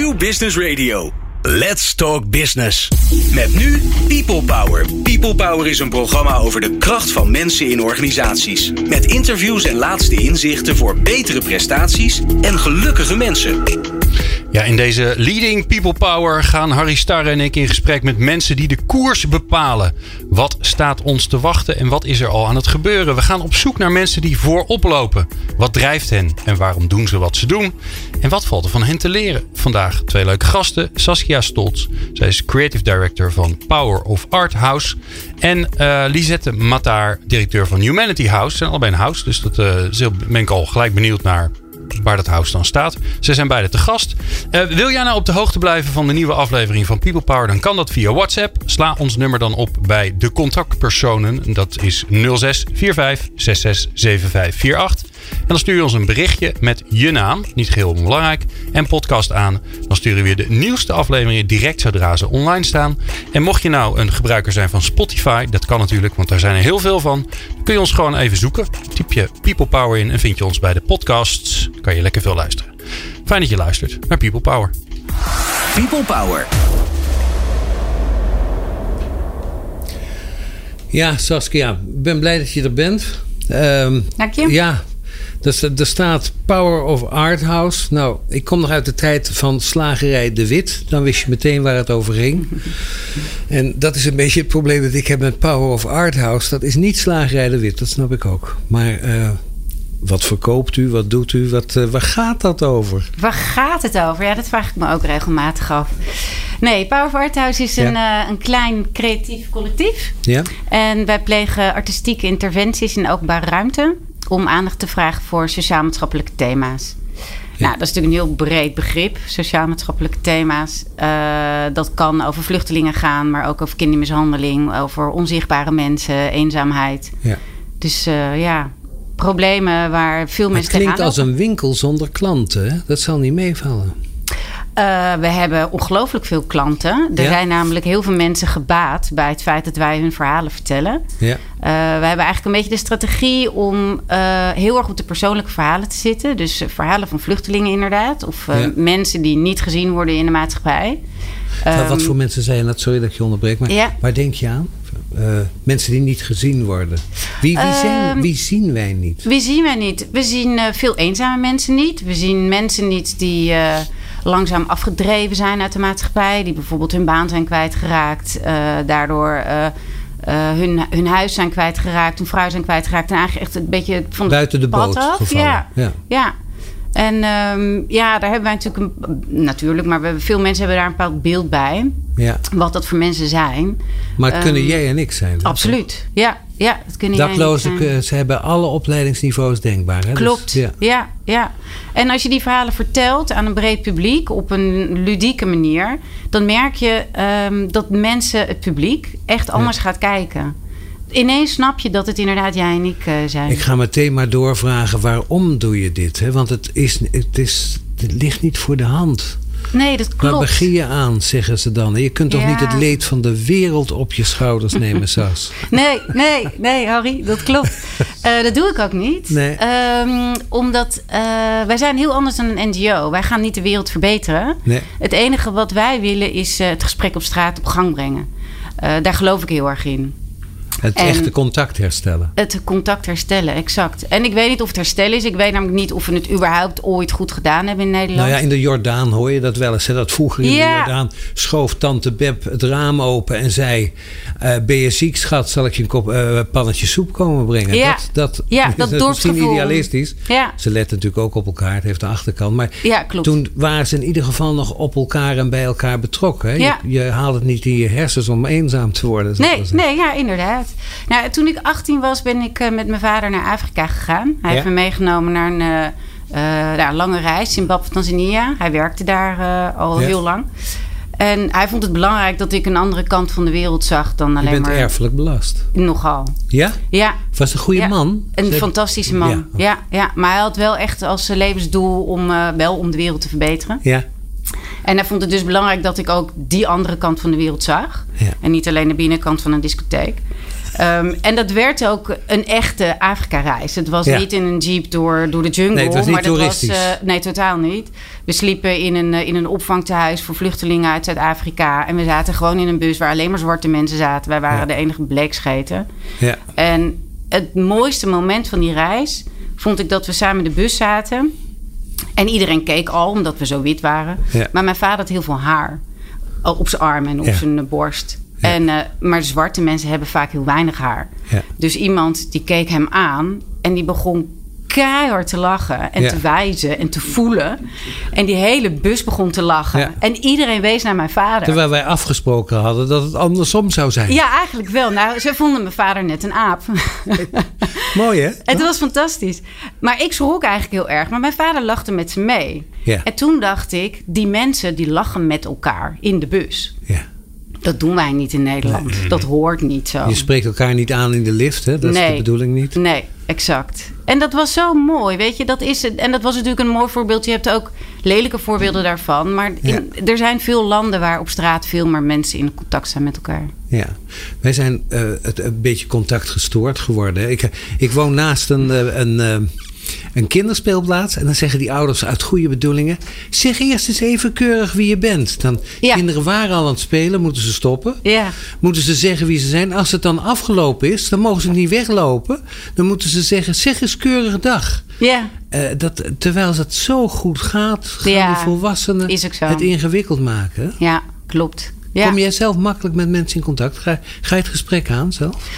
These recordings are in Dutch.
New Business Radio. Let's Talk Business. Met nu People Power. People Power is een programma over de kracht van mensen in organisaties. Met interviews en laatste inzichten voor betere prestaties en gelukkige mensen. Ja, in deze Leading People Power gaan Harry Starre en ik in gesprek met mensen die de koers bepalen. Wat staat ons te wachten en wat is er al aan het gebeuren? We gaan op zoek naar mensen die voorop lopen. Wat drijft hen en waarom doen ze wat ze doen? En wat valt er van hen te leren? Vandaag 2 leuke gasten. Saskia Stolz, zij is Creative Director van Power of Art House. En Lisette Matar, directeur van Humanity House. Ze zijn allebei een house, dus dat ben ik al gelijk benieuwd naar waar dat house dan staat. Ze zijn beide te gast. Wil jij nou op de hoogte blijven van de nieuwe aflevering van People Power? Dan kan dat via WhatsApp. Sla ons nummer dan op bij de contactpersonen. Dat is 06 45 66 75 48. En dan stuur je ons een berichtje met je naam, niet geheel onbelangrijk, en podcast aan. Dan sturen we je de nieuwste afleveringen direct zodra ze online staan. En mocht je nou een gebruiker zijn van Spotify, dat kan natuurlijk, want daar zijn er heel veel van, dan kun je ons gewoon even zoeken. Typ je People Power in en vind je ons bij de podcasts. Dan kan je lekker veel luisteren. Fijn dat je luistert naar People Power. People Power. Ja, Saskia, ik ben blij dat je er bent. Dank je. Ja, er staat Power of Art House. Nou, ik kom nog uit de tijd van slagerij De Wit. Dan wist je meteen waar het over ging. En dat is een beetje het probleem dat ik heb met Power of Art House. Dat is niet slagerij De Wit, dat snap ik ook. Maar wat verkoopt u? Wat doet u? Waar gaat dat over? Waar gaat het over? Ja, dat vraag ik me ook regelmatig af. Nee, Power of Art House is een klein creatief collectief. Ja. En wij plegen artistieke interventies in openbare ruimte om aandacht te vragen voor sociaal-maatschappelijke thema's. Ja. Nou, dat is natuurlijk een heel breed begrip, sociaal-maatschappelijke thema's. Dat kan over vluchtelingen gaan, maar ook over kindermishandeling, over onzichtbare mensen, eenzaamheid. Ja. Dus problemen waar veel mensen tegenaan lopen. Het klinkt als een winkel zonder klanten, hè? Dat zal niet meevallen. We hebben ongelooflijk veel klanten. Er zijn namelijk heel veel mensen gebaat bij het feit dat wij hun verhalen vertellen. Ja. We hebben eigenlijk een beetje de strategie om heel erg op de persoonlijke verhalen te zitten. Dus verhalen van vluchtelingen inderdaad. Of mensen die niet gezien worden in de maatschappij. Wat voor mensen zijn dat? Sorry dat ik je onderbreek. Maar waar denk je aan? Mensen die niet gezien worden. Wie zien wij niet? Wie zien wij niet? We zien veel eenzame mensen niet. We zien mensen niet die langzaam afgedreven zijn uit de maatschappij. Die bijvoorbeeld hun baan zijn kwijtgeraakt. Daardoor hun huis zijn kwijtgeraakt. Hun vrouw zijn kwijtgeraakt. En eigenlijk echt een beetje van buiten de boot gevallen. Ja. En daar hebben wij natuurlijk, maar veel mensen hebben daar een bepaald beeld bij. Ja. Wat dat voor mensen zijn. Maar het kunnen jij en ik zijn. Absoluut. Ja, het kunnen daklozen, jij en ik zijn. Ze hebben alle opleidingsniveaus denkbaar. Hè? Klopt. Dus, ja. En als je die verhalen vertelt aan een breed publiek op een ludieke manier, dan merk je dat mensen, het publiek, echt anders gaat kijken. Ineens snap je dat het inderdaad jij en ik zijn. Ik ga meteen maar doorvragen, waarom doe je dit? Hè? Want het ligt niet voor de hand. Nee, dat klopt. Waar begin je aan, zeggen ze dan? Je kunt toch niet het leed van de wereld op je schouders nemen, Sas? Nee, Harry, dat klopt. Dat doe ik ook niet. Nee. Omdat wij zijn heel anders dan een NGO. Wij gaan niet de wereld verbeteren. Nee. Het enige wat wij willen is het gesprek op straat op gang brengen. Daar geloof ik heel erg in. Het echte contact herstellen. Het contact herstellen, exact. En ik weet niet of het herstellen is. Ik weet namelijk niet of we het überhaupt ooit goed gedaan hebben in Nederland. Nou ja, in de Jordaan hoor je dat wel eens. Hè? Dat vroeger in de Jordaan schoof tante Beb het raam open en zei: ben je ziek, schat? Zal ik je een pannetje soep komen brengen? Ja, dat is misschien idealistisch. Ja. Ze letten natuurlijk ook op elkaar. Het heeft de achterkant. Maar klopt. Toen waren ze in ieder geval nog op elkaar en bij elkaar betrokken. Hè? Ja. Je haalt het niet in je hersens om eenzaam te worden. Nee, inderdaad. Nou, toen ik 18 was, ben ik met mijn vader naar Afrika gegaan. Hij heeft me meegenomen naar een lange reis, Zimbabwe, Tanzania. Hij werkte daar al heel lang. En hij vond het belangrijk dat ik een andere kant van de wereld zag dan alleen maar... Je bent erfelijk belast. Nogal. Ja? Ja. Was een goede man? Een fantastische man. Ja. Maar hij had wel echt als levensdoel om de wereld te verbeteren. Ja. En hij vond het dus belangrijk dat ik ook die andere kant van de wereld zag. Ja. En niet alleen de binnenkant van een discotheek. En dat werd ook een echte Afrika-reis. Het was niet in een jeep door de jungle. Nee, het was niet toeristisch. Nee, totaal niet. We sliepen in een opvangtehuis voor vluchtelingen uit Zuid-Afrika. En we zaten gewoon in een bus waar alleen maar zwarte mensen zaten. Wij waren de enige bleekscheten. Ja. En het mooiste moment van die reis vond ik dat we samen in de bus zaten. En iedereen keek al, omdat we zo wit waren. Ja. Maar mijn vader had heel veel haar. Op zijn arm en op zijn borst. Ja. Maar zwarte mensen hebben vaak heel weinig haar. Ja. Dus iemand die keek hem aan en die begon keihard te lachen en te wijzen en te voelen. En die hele bus begon te lachen. Ja. En iedereen wees naar mijn vader. Terwijl wij afgesproken hadden dat het andersom zou zijn. Ja, eigenlijk wel. Nou, ze vonden mijn vader net een aap. Mooi, hè? Het was fantastisch. Maar ik schrok eigenlijk heel erg. Maar mijn vader lachte met ze mee. Ja. En toen dacht ik, die mensen die lachen met elkaar in de bus. Ja. Dat doen wij niet in Nederland. Nee. Dat hoort niet zo. Je spreekt elkaar niet aan in de lift, hè? Dat is de bedoeling niet. Nee, exact. En dat was zo mooi, weet je. Dat is het. En dat was natuurlijk een mooi voorbeeld. Je hebt ook lelijke voorbeelden daarvan. Maar er zijn veel landen waar op straat veel meer mensen in contact zijn met elkaar. Ja, wij zijn een beetje contactgestoord geworden. Ik woon naast een kinderspeelplaats. En dan zeggen die ouders uit goede bedoelingen, zeg eerst eens even keurig wie je bent. Dan kinderen waren al aan het spelen, moeten ze stoppen. Ja. Moeten ze zeggen wie ze zijn. Als het dan afgelopen is, dan mogen ze niet weglopen. Dan moeten ze zeggen, zeg eens keurig dag. Ja. Terwijl het zo goed gaat, gaan de volwassenen het ingewikkeld maken. Ja, klopt. Ja. Kom jij zelf makkelijk met mensen in contact? Ga je het gesprek aan zelf?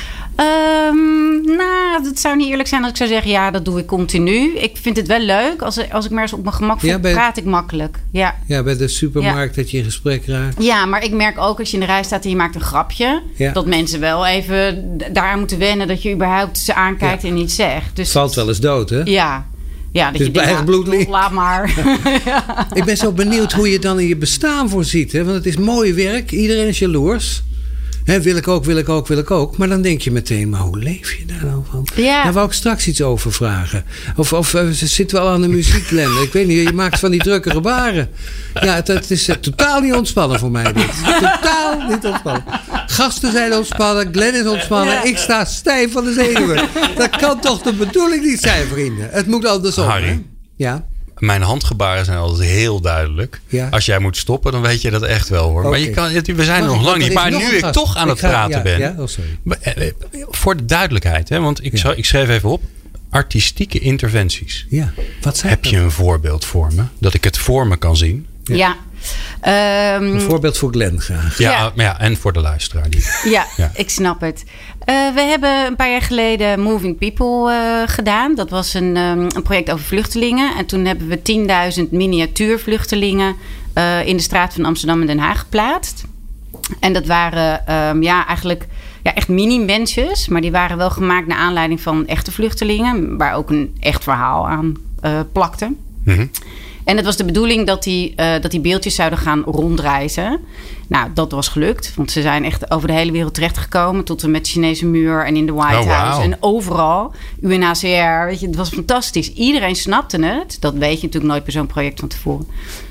Nou, het zou niet eerlijk zijn als ik zou zeggen, ja, dat doe ik continu. Ik vind het wel leuk. Als ik maar eens op mijn gemak voel, praat ik makkelijk. Ja, bij de supermarkt dat je in gesprek raakt. Ja, maar ik merk ook als je in de rij staat en je maakt een grapje, dat mensen wel even daaraan moeten wennen dat je überhaupt ze aankijkt en niet zegt. Dus valt wel eens dood, hè? Ja. Ja, dat dus je denkt, laat maar. Ik ben zo benieuwd hoe je dan in je bestaan voorziet. Hè? Want het is mooi werk. Iedereen is jaloers. He, wil ik ook. Maar dan denk je meteen, maar hoe leef je daar nou van? Ja. Daar wou ik straks iets over vragen. Of zitten we al aan de muziekkalender? Ik weet niet, je maakt van die drukke gebaren. Ja, het is totaal niet ontspannen voor mij dit. Totaal niet ontspannen. Gasten zijn ontspannen, Glenn is ontspannen. Ik sta stijf van de zenuwen. Dat kan toch de bedoeling niet zijn, vrienden? Het moet andersom. Harry. Hè? Ja. Mijn handgebaren zijn altijd heel duidelijk. Ja. Als jij moet stoppen, dan weet je dat echt wel, hoor. Okay. Maar we zijn er nog lang niet. Maar nu ik toch aan het praten ben. Ja? Oh, sorry. Voor de duidelijkheid, hè, want ik schreef even op. Artistieke interventies. Ja. Wat zijn Heb je een voorbeeld voor me? Dat ik het voor me kan zien? Ja. Een voorbeeld voor Glenn graag. Ja, en voor de luisteraar. Ja, ik snap het. We hebben een paar jaar geleden Moving People gedaan. Dat was een project over vluchtelingen. En toen hebben we 10.000 miniatuurvluchtelingen in de straat van Amsterdam en Den Haag geplaatst. En dat waren eigenlijk echt mini-mensjes. Maar die waren wel gemaakt naar aanleiding van echte vluchtelingen. Waar ook een echt verhaal aan plakte. Mm-hmm. En het was de bedoeling dat die beeldjes zouden gaan rondreizen. Nou, dat was gelukt. Want ze zijn echt over de hele wereld terechtgekomen. Tot en met de Chinese muur en in de White House. En overal. UNHCR. Weet je, het was fantastisch. Iedereen snapte het. Dat weet je natuurlijk nooit bij zo'n project van tevoren.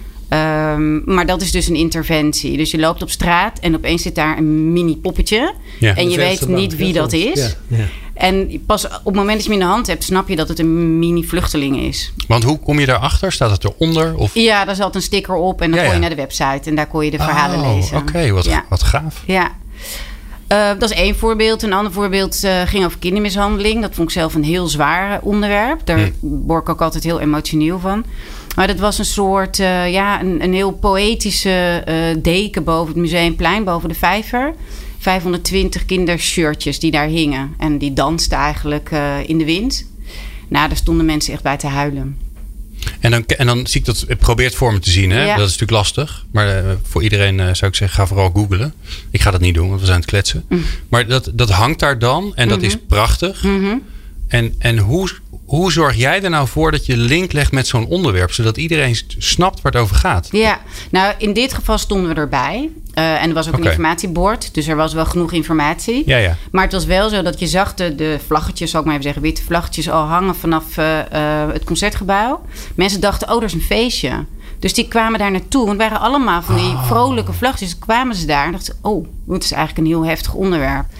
Maar dat is dus een interventie. Dus je loopt op straat en opeens zit daar een mini poppetje. Ja, en je weet niet wie dat is. Ja. En pas op het moment dat je hem in de hand hebt, snap je dat het een mini-vluchteling is. Want hoe kom je daarachter? Staat het eronder? Of? Ja, daar zat een sticker op en dan kon je naar de website. En daar kon je de verhalen lezen. Oké, wat gaaf. Ja. Dat is één voorbeeld. Een ander voorbeeld ging over kindermishandeling. Dat vond ik zelf een heel zwaar onderwerp. Daar word ik ook altijd heel emotioneel van. Maar dat was een soort, een heel poëtische deken boven het Museumplein, boven de Vijver. 520 kindershirtjes die daar hingen. En die dansten eigenlijk in de wind. Nou, daar stonden mensen echt bij te huilen. En dan zie ik dat, probeer het voor me te zien. Hè? Ja. Dat is natuurlijk lastig. Maar voor iedereen zou ik zeggen, ga vooral googlen. Ik ga dat niet doen, want we zijn aan het kletsen. Mm. Maar dat hangt daar dan. En dat is prachtig. Mm-hmm. En hoe zorg jij er nou voor dat je link legt met zo'n onderwerp, zodat iedereen snapt waar het over gaat? Ja, nou in dit geval stonden we erbij. En er was ook een informatiebord. Dus er was wel genoeg informatie. Ja. Maar het was wel zo dat je zag de vlaggetjes, zal ik maar even zeggen, witte vlaggetjes al hangen vanaf het concertgebouw. Mensen dachten, er is een feestje. Dus die kwamen daar naartoe. Want het waren allemaal van die vrolijke vlaggetjes. Dus kwamen ze daar en dachten, het is eigenlijk een heel heftig onderwerp.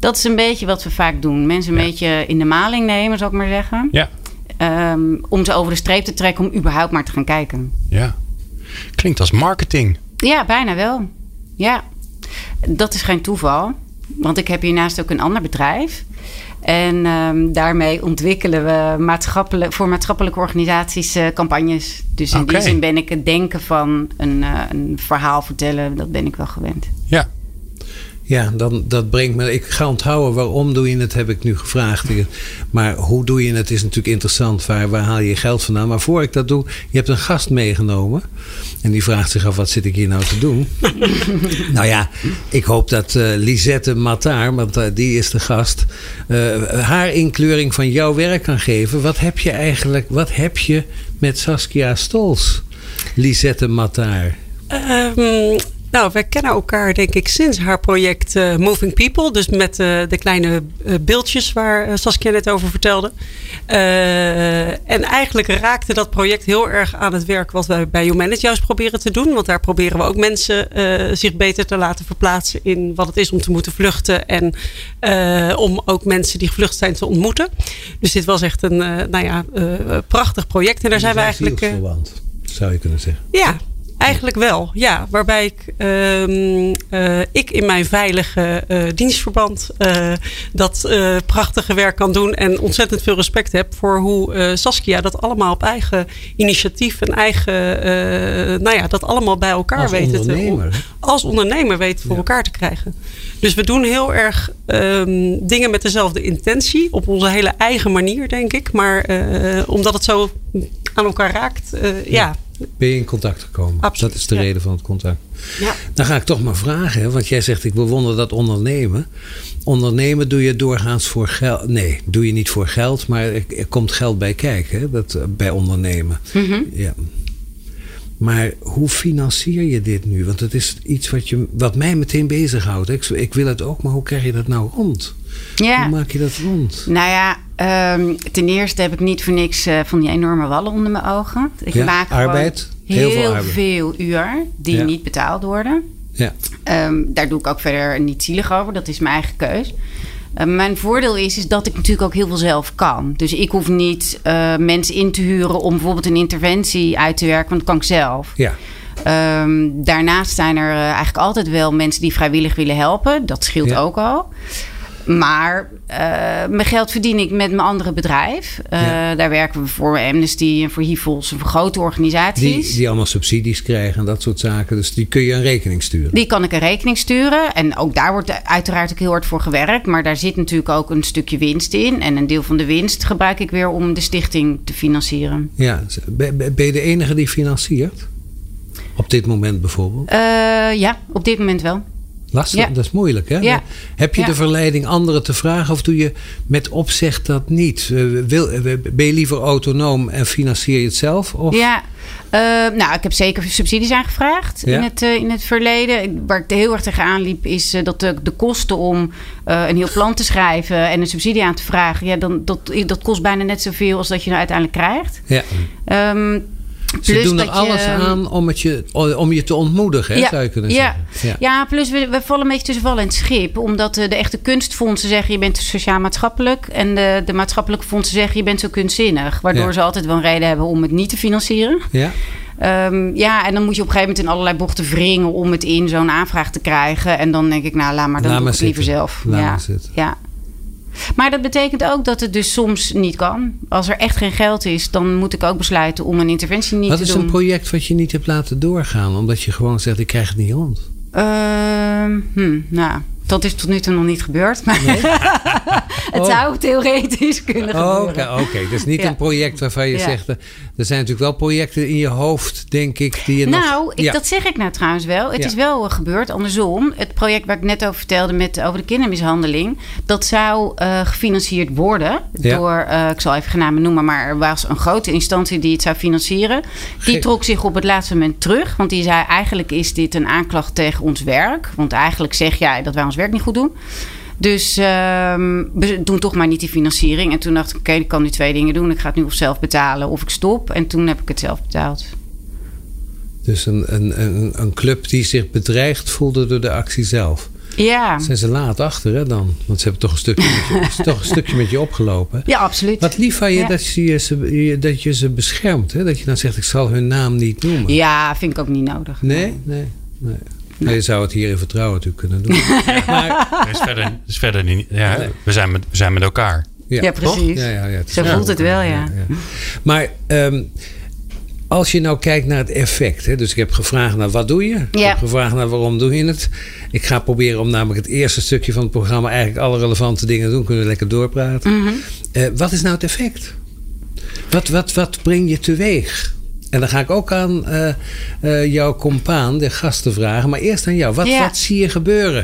Dat is een beetje wat we vaak doen. Mensen een beetje in de maling nemen, zou ik maar zeggen. Ja. Om ze over de streep te trekken om überhaupt maar te gaan kijken. Ja. Klinkt als marketing. Ja, bijna wel. Ja. Dat is geen toeval. Want ik heb hiernaast ook een ander bedrijf. En daarmee ontwikkelen we voor maatschappelijke organisaties campagnes. Dus in die zin ben ik het denken van een verhaal vertellen. Dat ben ik wel gewend. Ja. Ja, dat brengt me... Ik ga onthouden waarom doe je het, heb ik nu gevraagd. Maar hoe doe je het is natuurlijk interessant. Waar haal je geld vandaan? Maar voor ik dat doe, je hebt een gast meegenomen. En die vraagt zich af, wat zit ik hier nou te doen? Nou ja, ik hoop dat Lisette Mataar, want die is de gast, haar inkleuring van jouw werk kan geven. Wat heb je met Saskia Stolz, Lisette Mataar? Nou, wij kennen elkaar denk ik sinds haar project Moving People. Dus met de kleine beeldjes waar Saskia net over vertelde. En eigenlijk raakte dat project heel erg aan het werk wat wij bij YouManage juist proberen te doen. Want daar proberen we ook mensen zich beter te laten verplaatsen in wat het is om te moeten vluchten. En om ook mensen die gevlucht zijn te ontmoeten. Dus dit was echt een prachtig project. En daar zijn we eigenlijk... zielsverwant, zou je kunnen zeggen. Ja. Eigenlijk wel, ja. Waarbij ik in mijn veilige dienstverband dat prachtige werk kan doen. En ontzettend veel respect heb voor hoe Saskia dat allemaal op eigen initiatief en eigen... dat allemaal bij elkaar als ondernemer weet voor elkaar te krijgen. Dus we doen heel erg dingen met dezelfde intentie. Op onze hele eigen manier, denk ik. Maar omdat het zo aan elkaar raakt, ben je in contact gekomen? Absoluut, dat is de reden van het contact. Ja. Dan ga ik toch maar vragen, want jij zegt ik bewonder dat ondernemen. Ondernemen doe je doorgaans voor geld. Nee, doe je niet voor geld, maar er komt geld bij kijken hè, bij ondernemen. Mm-hmm. Ja. Maar hoe financier je dit nu? Want het is iets wat mij meteen bezighoudt. Ik wil het ook, maar hoe krijg je dat nou rond? Ja. Hoe maak je dat rond? Nou ja, ten eerste heb ik niet voor niks van die enorme wallen onder mijn ogen. Ik maak arbeid? Heel veel uur die niet betaald worden. Ja. Daar doe ik ook verder niet zielig over. Dat is mijn eigen keus. Mijn voordeel is dat ik natuurlijk ook heel veel zelf kan. Dus ik hoef niet mensen in te huren om bijvoorbeeld een interventie uit te werken. Want dat kan ik zelf. Ja. Daarnaast zijn er eigenlijk altijd wel mensen die vrijwillig willen helpen. Dat scheelt ook al. Maar mijn geld verdien ik met mijn andere bedrijf. Daar werken we voor Amnesty en voor HIVOS en voor grote organisaties. Die allemaal subsidies krijgen en dat soort zaken. Dus die kun je een rekening sturen. Die kan ik een rekening sturen. En ook daar wordt uiteraard ook heel hard voor gewerkt. Maar daar zit natuurlijk ook een stukje winst in. En een deel van de winst gebruik ik weer om de stichting te financieren. Ja, ben je de enige die financiert? Op dit moment bijvoorbeeld? Ja, op dit moment wel. Lastig, ja. Dat is moeilijk hè? Ja. Heb je de verleiding anderen te vragen of doe je met opzet dat niet? Ben je liever autonoom en financier je het zelf? Of? Ja, ik heb zeker subsidies aangevraagd in het verleden. Waar ik heel erg tegenaan liep is dat de kosten om een heel plan te schrijven en een subsidie aan te vragen, dat kost bijna net zoveel als dat je nou uiteindelijk krijgt. Ja. Ze doen er alles aan om je te ontmoedigen, zou je kunnen zeggen. Ja, plus we vallen een beetje tussen wal en schip. Omdat de echte kunstfondsen zeggen je bent sociaal-maatschappelijk. En de maatschappelijke fondsen zeggen je bent zo kunstzinnig. Waardoor ze altijd wel een reden hebben om het niet te financieren. Ja. En dan moet je op een gegeven moment in allerlei bochten wringen om het in zo'n aanvraag te krijgen. En dan denk ik, dan doe ik het liever zelf. Ja. Maar dat betekent ook dat het dus soms niet kan. Als er echt geen geld is, dan moet ik ook besluiten om een interventie niet te doen. Wat is een project wat je niet hebt laten doorgaan? Omdat je gewoon zegt, ik krijg het niet rond. Dat is tot nu toe nog niet gebeurd. Maar nee? Het zou theoretisch kunnen gebeuren. Oké. Dus niet een project waarvan je zegt... Er zijn natuurlijk wel projecten in je hoofd, denk ik, die je dat zeg ik nou trouwens wel. Het is wel gebeurd, andersom. Het project waar ik net over vertelde over de kindermishandeling... dat zou gefinancierd worden door... ik zal even geen namen noemen... maar er was een grote instantie die het zou financieren. Die trok zich op het laatste moment terug. Want die zei, eigenlijk is dit een aanklacht tegen ons werk. Want eigenlijk zeg jij dat wij ons werk niet goed doen. Dus we doen toch maar niet die financiering. En toen dacht ik, oké, ik kan nu 2 dingen doen. Ik ga het nu of zelf betalen of ik stop. En toen heb ik het zelf betaald. Dus een club die zich bedreigd voelde door de actie zelf. zijn ze laat achter hè, dan. Want ze hebben toch een stukje met je opgelopen. Ja, absoluut. Wat lief van je dat je ze beschermt. Hè? Dat je dan zegt, ik zal hun naam niet noemen. Ja, vind ik ook niet nodig. Nee. Nou, je zou het hier in vertrouwen natuurlijk kunnen doen. Maar is verder niet. Ja, nee. We zijn met elkaar. Ja, precies. Zo voelt het wel, ja. Maar als je nou kijkt naar het effect. Hè, dus ik heb gevraagd naar wat doe je? Ik heb gevraagd naar waarom doe je het? Ik ga proberen om namelijk het eerste stukje van het programma eigenlijk alle relevante dingen te doen. Kunnen we lekker doorpraten. Mm-hmm. Wat is nou het effect? Wat breng je teweeg? En dan ga ik ook aan jouw compaan, de gasten vragen. Maar eerst aan jou. Wat zie je gebeuren?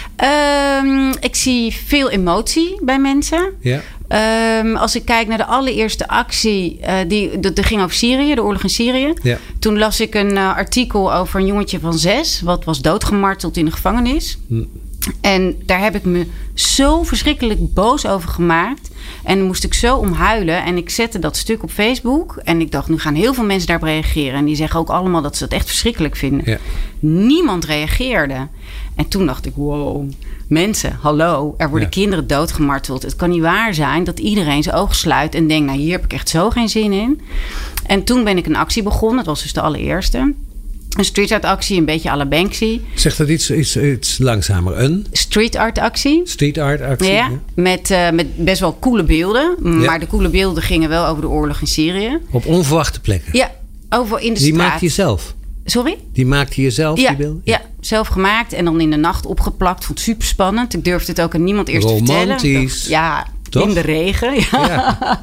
Ik zie veel emotie bij mensen. Ja. Als ik kijk naar de allereerste actie, dat ging over Syrië, de oorlog in Syrië. Ja. Toen las ik een artikel over een jongetje van 6, wat was doodgemarteld in de gevangenis. En daar heb ik me zo verschrikkelijk boos over gemaakt. En dan moest ik zo om huilen. En ik zette dat stuk op Facebook. En ik dacht, nu gaan heel veel mensen daarop reageren. En die zeggen ook allemaal dat ze het echt verschrikkelijk vinden. Ja. Niemand reageerde. En toen dacht ik, wow, mensen, hallo. Er worden kinderen doodgemarteld. Het kan niet waar zijn dat iedereen zijn ogen sluit en denkt, nou hier heb ik echt zo geen zin in. En toen ben ik een actie begonnen. Dat was dus de allereerste. Een street art actie, een beetje à la Banksy. Zeg dat iets langzamer. Een street art actie. Street art actie. Ja. Met best wel coole beelden. Maar de coole beelden gingen wel over de oorlog in Syrië. Op onverwachte plekken. Ja, over in de straat. Die maakte je zelf? Sorry? Die maakte je zelf, die beelden? Ja, zelf gemaakt en dan in de nacht opgeplakt. Vond het super spannend. Ik durfde het ook aan niemand eerst te vertellen. Romantisch. Ja, toch? In de regen. Ja.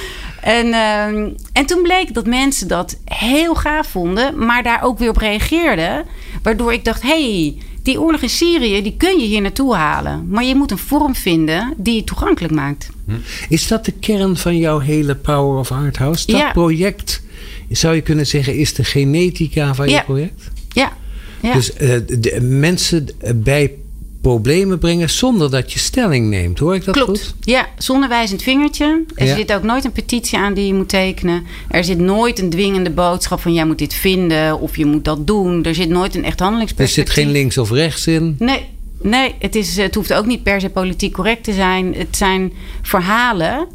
En toen bleek dat mensen dat heel gaaf vonden, maar daar ook weer op reageerden. Waardoor ik dacht, die oorlog in Syrië, die kun je hier naartoe halen. Maar je moet een vorm vinden die het toegankelijk maakt. Is dat de kern van jouw hele Power of Art House? Dat project, zou je kunnen zeggen, is de genetica van je project? Ja. Dus de mensen bij problemen brengen zonder dat je stelling neemt. Hoor ik dat Klopt. goed? Ja, zonder wijzend vingertje. Er zit ook nooit een petitie aan die je moet tekenen. Er zit nooit een dwingende boodschap van jij moet dit vinden of je moet dat doen. Er zit nooit een echt handelingsperspectief. Er zit geen links of rechts in? Nee, het hoeft ook niet per se politiek correct te zijn. Het zijn verhalen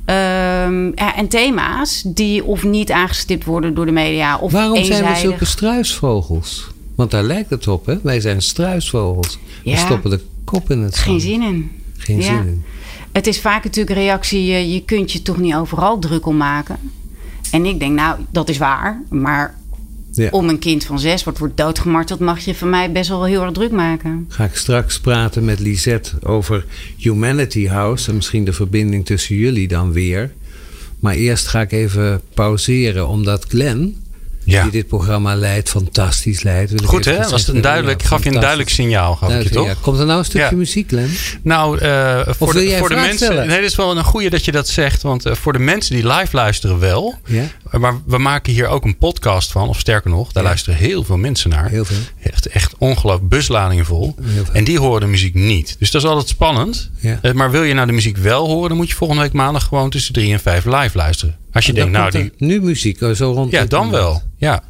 en thema's die of niet aangestipt worden door de media. Of waarom eenzijdig. zijn we zulke struisvogels? Want daar lijkt het op, hè? Wij zijn struisvogels. We stoppen de kop in het zand. Geen zin in. Geen zin in. Het is vaak natuurlijk een reactie, je kunt je toch niet overal druk om maken. En ik denk, nou, dat is waar. Maar om een kind van 6 wordt doodgemarteld, mag je van mij best wel heel erg druk maken. Ga ik straks praten met Lisette over Humanity House. En misschien de verbinding tussen jullie dan weer. Maar eerst ga ik even pauzeren, omdat Glenn, die dit programma leidt, fantastisch leidt. Goed hè? Gaf je een duidelijk signaal, toch? Ja. Komt er nou een stukje muziek, Glenn? Nou, voor de mensen. Nee, dat is wel een goeie dat je dat zegt. Want voor de mensen die live luisteren wel. Ja? Maar we maken hier ook een podcast van. Of sterker nog, daar luisteren heel veel mensen naar. Heel veel. Echt ongelooflijk, busladingen vol. En die horen de muziek niet. Dus dat is altijd spannend. Ja. Maar wil je nou de muziek wel horen, dan moet je volgende week maandag gewoon tussen 3 en 5 live luisteren. Als je denkt, nou nu muziek, zo rond. Ja, dan wel. Ja.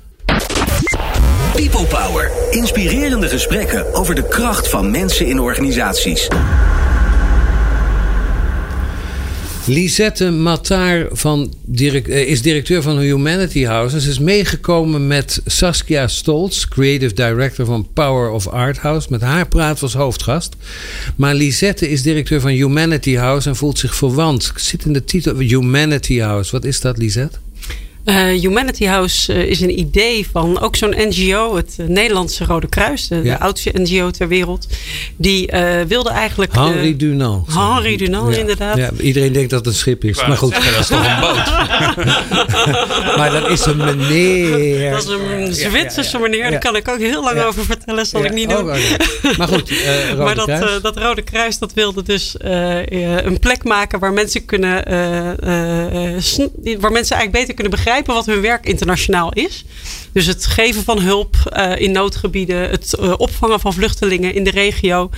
People Power. Inspirerende gesprekken over de kracht van mensen in organisaties. Lisette Matar is directeur van Humanity House. Ze is meegekomen met Saskia Stolz, creative director van Power of Art House. Met haar praat als hoofdgast. Maar Lisette is directeur van Humanity House en voelt zich verwant. Zit in de titel Humanity House. Wat is dat, Lisette? Humanity House is een idee van ook zo'n NGO, het Nederlandse Rode Kruis, de oudste NGO ter wereld. Die wilde eigenlijk. Henri Dunant, inderdaad. Ja, iedereen denkt dat het een schip is. Maar goed, dat is toch een boot? Maar dat is een meneer. Dat is een Zwitserse meneer. Daar kan ik ook heel lang over vertellen. Zal ik niet doen. Maar goed, maar dat Rode Kruis dat wilde dus een plek maken waar mensen kunnen, waar mensen eigenlijk beter kunnen begrijpen wat hun werk internationaal is. Dus het geven van hulp in noodgebieden. Het opvangen van vluchtelingen in de regio.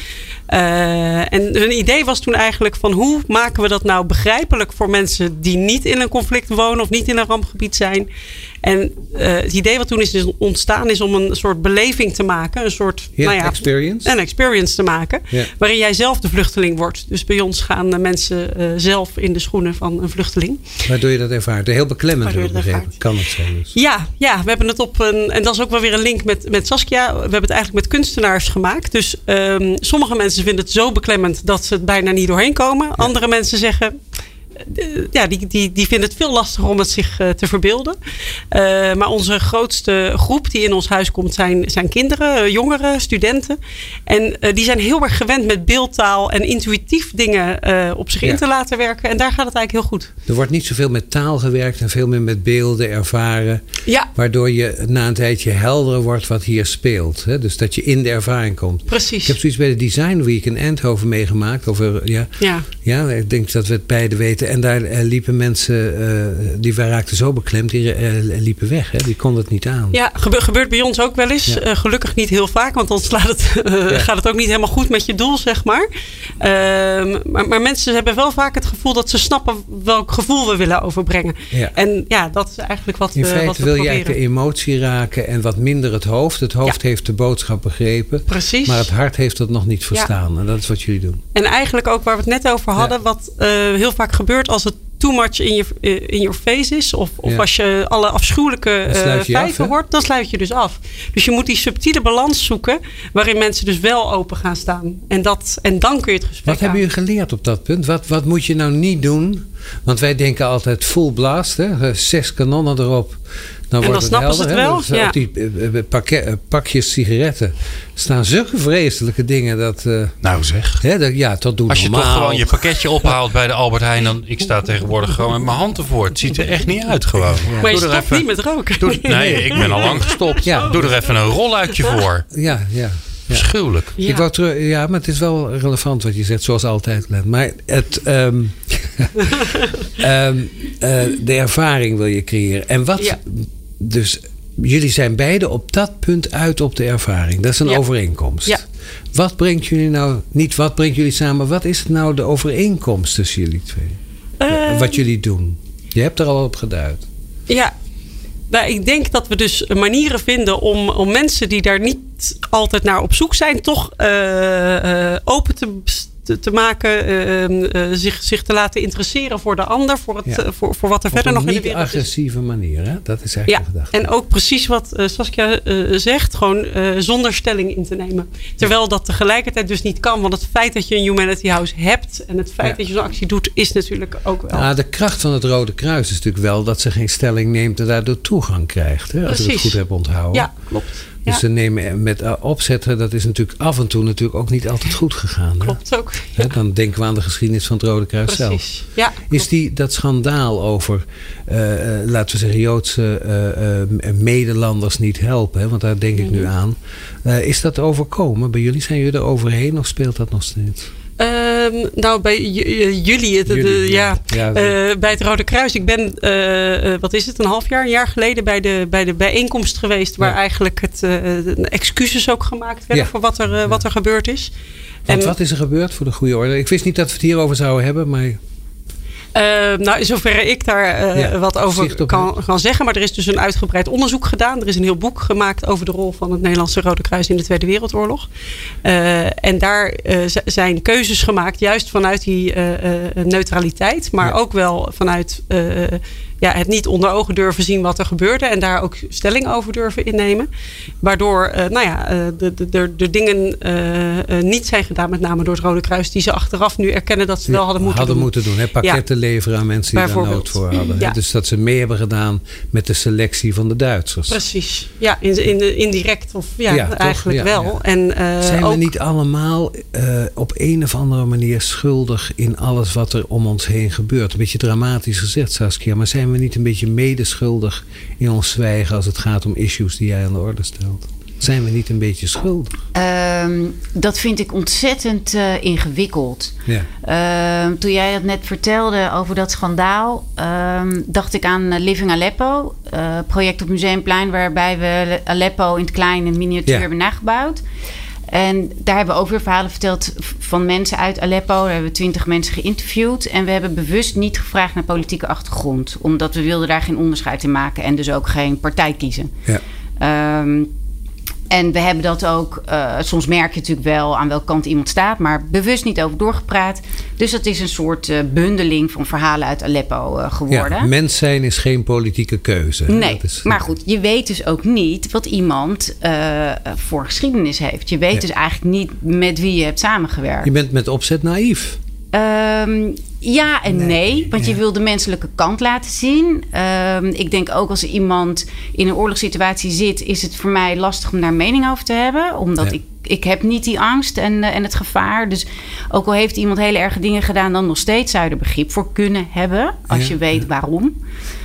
En hun idee was toen eigenlijk van hoe maken we dat nou begrijpelijk voor mensen die niet in een conflict wonen of niet in een rampgebied zijn. En het idee wat toen is ontstaan is om een soort beleving te maken. Een soort experience. Een experience te maken. Yeah. Waarin jij zelf de vluchteling wordt. Dus bij ons gaan mensen zelf in de schoenen van een vluchteling. Waardoor je dat ervaart. Heel beklemmend begrepen. Kan het zijn dus. Ja, we hebben het op een... En dat is ook wel weer een link met Saskia. We hebben het eigenlijk met kunstenaars gemaakt. Dus sommige mensen vinden het zo beklemmend dat ze het bijna niet doorheen komen. Ja. Andere mensen zeggen... die vinden het veel lastiger om het zich te verbeelden. Maar onze grootste groep die in ons huis komt zijn kinderen, jongeren, studenten. En die zijn heel erg gewend met beeldtaal en intuïtief dingen op zich in te laten werken. En daar gaat het eigenlijk heel goed. Er wordt niet zoveel met taal gewerkt en veel meer met beelden ervaren. Ja. Waardoor je na een tijdje helder wordt wat hier speelt. Hè? Dus dat je in de ervaring komt. Precies. Ik heb zoiets bij de Design Week in Eindhoven meegemaakt. Ja, ik denk dat we het beide weten. En daar liepen mensen, die raakten zo beklemd, die liepen weg. Hè? Die konden het niet aan. Ja, gebeurt bij ons ook wel eens. Ja. Gelukkig niet heel vaak, want dan gaat het ook niet helemaal goed met je doel, zeg maar. Maar mensen hebben wel vaak het gevoel dat ze snappen welk gevoel we willen overbrengen. Ja. En dat is eigenlijk wat we proberen. In feite wil je eigenlijk de emotie raken en wat minder het hoofd. Het hoofd heeft de boodschap begrepen. Precies. Maar het hart heeft dat nog niet verstaan. Ja. En dat is wat jullie doen. En eigenlijk ook waar we het net over hadden, wat heel vaak gebeurt als het too much in your face is. Of als je alle afschuwelijke feiten hoort, dan sluit je dus af. Dus je moet die subtiele balans zoeken waarin mensen dus wel open gaan staan. En dan kun je het gesprek Wat hebben jullie geleerd op dat punt? Wat moet je nou niet doen? Want wij denken altijd full blast. Hè? 6 kanonnen erop. Dan wordt dan snappen ze het wel. Dus op die pakjes sigaretten staan zulke vreselijke dingen. Nou zeg. Tot doen. Als je normaal. toch gewoon je pakketje ophaalt bij de Albert Heijn. Dan, ik sta tegenwoordig gewoon met mijn hand ervoor. Het ziet er echt niet uit gewoon. Ja. Maar je stopt niet met roken. Nee, ik ben al lang gestopt. Ja. Doe er even een rolluikje voor. Ja. Schuwelijk. Ja. Ik wou terug, maar het is wel relevant wat je zegt, zoals altijd, Len. Maar de ervaring wil je creëren. En dus jullie zijn beide op dat punt uit op de ervaring. Dat is een overeenkomst. Ja. Wat brengt jullie nou, niet wat brengt jullie samen, wat is het nou de overeenkomst tussen jullie twee? Wat jullie doen. Je hebt er al op geduid. Ja. Nou, ik denk dat we dus manieren vinden om mensen die daar niet altijd naar op zoek zijn, toch open te maken, zich te laten interesseren voor de ander, voor wat er verder nog in de wereld is. Op een niet-agressieve manier, hè? Dat is eigenlijk de gedachte. En ook precies wat Saskia zegt, gewoon zonder stelling in te nemen. Terwijl dat tegelijkertijd dus niet kan, want het feit dat je een Humanity House hebt en het feit dat je zo'n actie doet, is natuurlijk ook wel. Nou, de kracht van het Rode Kruis is natuurlijk wel dat ze geen stelling neemt en daardoor toegang krijgt. Hè? Als ik het goed heb onthouden. Ja, klopt. Dus ze nemen met opzetten, dat is natuurlijk af en toe natuurlijk ook niet altijd goed gegaan. Klopt ook. Ja. Dan denken we aan de geschiedenis van het Rode Kruis zelf. Ja, is dat schandaal over, laten we zeggen, Joodse Nederlanders niet helpen, hè, want daar denk ik nu aan. Is dat overkomen bij jullie? Zijn jullie er overheen of speelt dat nog steeds? Nou, bij jullie, bij het Rode Kruis. Ik ben, een jaar geleden bij de bijeenkomst geweest, waar eigenlijk excuses ook gemaakt werden voor wat er gebeurd is. Want wat is er gebeurd voor de goede orde? Ik wist niet dat we het hierover zouden hebben, maar... In zoverre ik daar wat over kan zeggen. Maar er is dus een uitgebreid onderzoek gedaan. Er is een heel boek gemaakt over de rol van het Nederlandse Rode Kruis in de Tweede Wereldoorlog. En daar zijn keuzes gemaakt, juist vanuit die neutraliteit. Maar ook wel vanuit het niet onder ogen durven zien wat er gebeurde. En daar ook stelling over durven innemen. Waardoor de dingen niet zijn gedaan, met name door het Rode Kruis, die ze achteraf nu erkennen dat ze wel hadden moeten doen. Hè? Pakketten leveren aan mensen die daar nood voor hadden. Ja. Dus dat ze mee hebben gedaan met de selectie van de Duitsers. Precies. Ja, indirect of eigenlijk wel. Ja. En, zijn we niet allemaal op een of andere manier schuldig in alles wat er om ons heen gebeurt? Een beetje dramatisch gezegd, Saskia, maar zijn we niet een beetje medeschuldig in ons zwijgen als het gaat om issues die jij aan de orde stelt? Zijn we niet een beetje schuldig? Dat vind ik ontzettend ingewikkeld. Ja. Toen jij dat net vertelde over dat schandaal, dacht ik aan Living Aleppo. Project op Museumplein, waarbij we Aleppo in het klein en miniatuur hebben nagebouwd. En daar hebben we ook weer verhalen verteld van mensen uit Aleppo. Daar hebben we 20 mensen geïnterviewd. En we hebben bewust niet gevraagd naar politieke achtergrond. Omdat we wilden daar geen onderscheid in maken. En dus ook geen partij kiezen. Ja. En we hebben dat ook... soms merk je natuurlijk wel aan welke kant iemand staat. Maar bewust niet over doorgepraat. Dus dat is een soort bundeling van verhalen uit Aleppo geworden. Ja, mens zijn is geen politieke keuze. Nee, maar goed. Je weet dus ook niet wat iemand voor geschiedenis heeft. Je weet dus eigenlijk niet met wie je hebt samengewerkt. Je bent met opzet naïef. Ja en nee, want je wil de menselijke kant laten zien. Ik denk ook als er iemand in een oorlogssituatie zit, is het voor mij lastig om daar mening over te hebben. Omdat ik heb niet die angst en het gevaar. Dus ook al heeft iemand hele erge dingen gedaan, dan nog steeds zou je er begrip voor kunnen hebben. Als je weet waarom.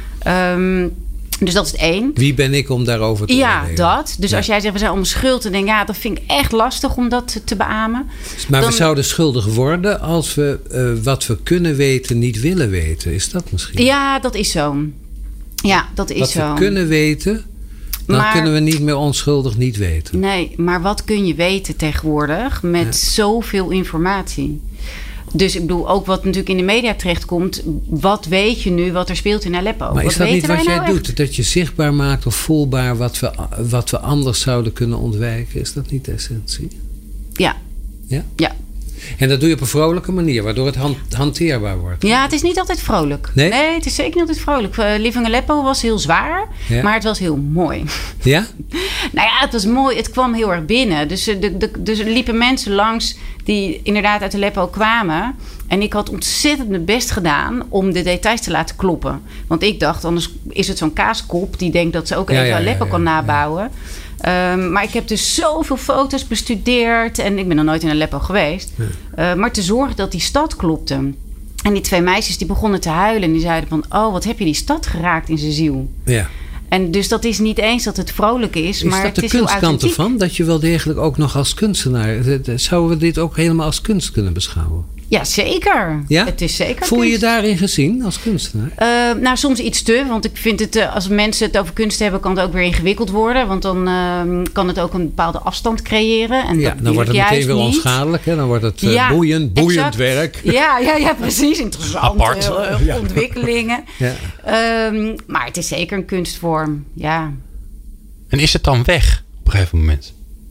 Dus dat is het 1. Wie ben ik om daarover te oordelen? Ja, dat. Dus als jij zegt, we zijn allemaal schuld, dan denk ik, dat vind ik echt lastig om dat te beamen. Maar we zouden schuldig worden als we wat we kunnen weten niet willen weten. Is dat misschien? Ja, dat is zo. Ja, dat is zo. Wat we kunnen weten, dan kunnen we niet meer onschuldig niet weten. Nee, maar wat kun je weten tegenwoordig met zoveel informatie? Dus ik bedoel, ook wat natuurlijk in de media terechtkomt. Wat weet je nu wat er speelt in Aleppo? Maar is dat niet wat jij doet? Dat je zichtbaar maakt of voelbaar wat we anders zouden kunnen ontwijken? Is dat niet de essentie? Ja. Ja? Ja. En dat doe je op een vrolijke manier, waardoor het hanteerbaar wordt. Ja, het is niet altijd vrolijk. Nee, het is zeker niet altijd vrolijk. Living Aleppo was heel zwaar, maar het was heel mooi. Ja? Nou ja, het was mooi. Het kwam heel erg binnen. Dus er liepen mensen langs die inderdaad uit Aleppo kwamen. En ik had ontzettend mijn best gedaan om de details te laten kloppen. Want ik dacht, anders is het zo'n kaaskop die denkt dat ze ook even Aleppo kan nabouwen. Maar ik heb dus zoveel foto's bestudeerd. En ik ben nog nooit in Aleppo geweest. Maar te zorgen dat die stad klopte. En die 2 meisjes die begonnen te huilen. En die zeiden van, oh, wat heb je die stad geraakt in zijn ziel. Ja. En dus dat is niet eens dat het vrolijk is. Maar dat het de is kunstkant ervan? Dat je wel degelijk ook nog als kunstenaar... Zouden we dit ook helemaal als kunst kunnen beschouwen? Ja, zeker. Ja? Het is zeker Voel je kunst. je daarin gezien als kunstenaar? Nou, soms iets te. Want ik vind het, als mensen het over kunst hebben, kan het ook weer ingewikkeld worden. Want dan kan het ook een bepaalde afstand creëren. En ja, dan wordt het meteen weer onschadelijk. Hè? Dan wordt het boeiend werk. Ja, precies. Interessante ontwikkelingen. Ja. Maar het is zeker een kunstvorm, ja. En is het dan weg op een gegeven moment?